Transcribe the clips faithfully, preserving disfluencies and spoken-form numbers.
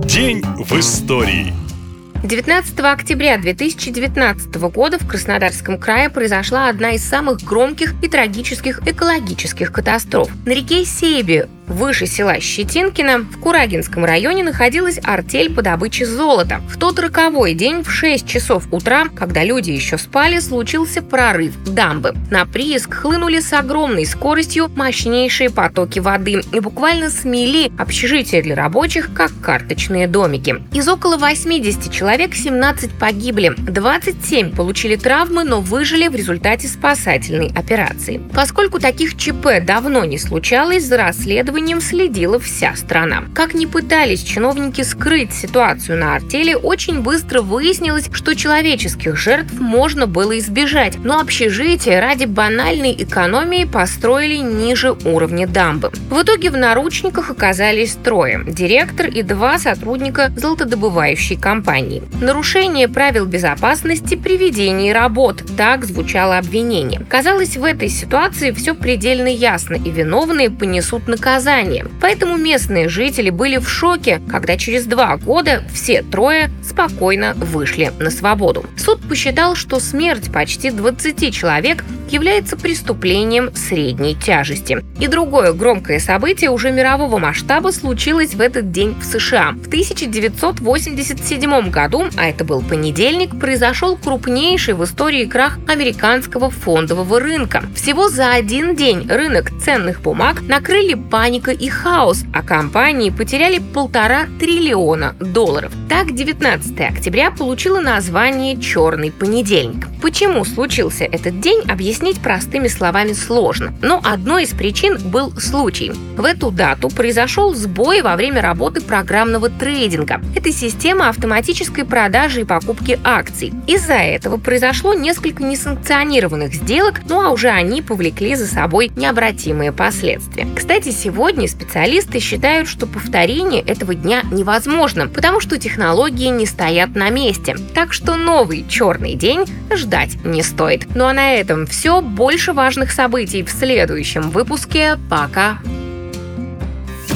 День в истории. девятнадцатого октября две тысячи девятнадцатого года в Краснодарском крае произошла одна из самых громких и трагических экологических катастроф. На реке Сейби, выше села Щетинкино, в Курагинском районе находилась артель по добыче золота. В тот роковой день в шесть часов утра, когда люди еще спали, случился прорыв дамбы. На прииск хлынули с огромной скоростью мощнейшие потоки воды и буквально смели общежитие для рабочих, как карточные домики. Из около восьмидесяти человек семнадцать погибли, двадцать семь получили травмы, но выжили в результате спасательной операции. Поскольку таких ЧП давно не случалось, за расследованием следила вся страна. Как ни пытались чиновники скрыть ситуацию на артели, очень быстро выяснилось, что человеческих жертв можно было избежать, но общежитие ради банальной экономии построили ниже уровня дамбы. В итоге в наручниках оказались трое – директор и два сотрудника золотодобывающей компании. Нарушение правил безопасности при ведении работ – так звучало обвинение. Казалось, в этой ситуации все предельно ясно, и виновные понесут наказание. Поэтому местные жители были в шоке, когда через два года все трое спокойно вышли на свободу. Суд посчитал, что смерть почти двадцати человек является преступлением средней тяжести. И другое громкое событие уже мирового масштаба случилось в этот день в США. В тысяча девятьсот восемьдесят седьмом году, а это был понедельник, произошел крупнейший в истории крах американского фондового рынка. Всего за один день рынок ценных бумаг накрыли паника и хаос, а компании потеряли полтора триллиона долларов. Так, девятнадцатого октября получило название «Черный понедельник». Почему случился этот день, объяснить простыми словами сложно. Но одной из причин был случай. В эту дату произошел сбой во время работы программного трейдинга. Это система автоматической продажи и покупки акций. Из-за этого произошло несколько несанкционированных сделок, ну а уже они повлекли за собой необратимые последствия. Кстати, сегодня специалисты считают, что повторение этого дня невозможно, потому что технологии не стоят на месте. Так что новый черный день ждать не стоит. Ну а на этом все. Больше важных событий в следующем выпуске. Пока!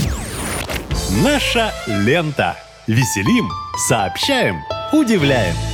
Наша лента. Веселим, сообщаем, удивляем.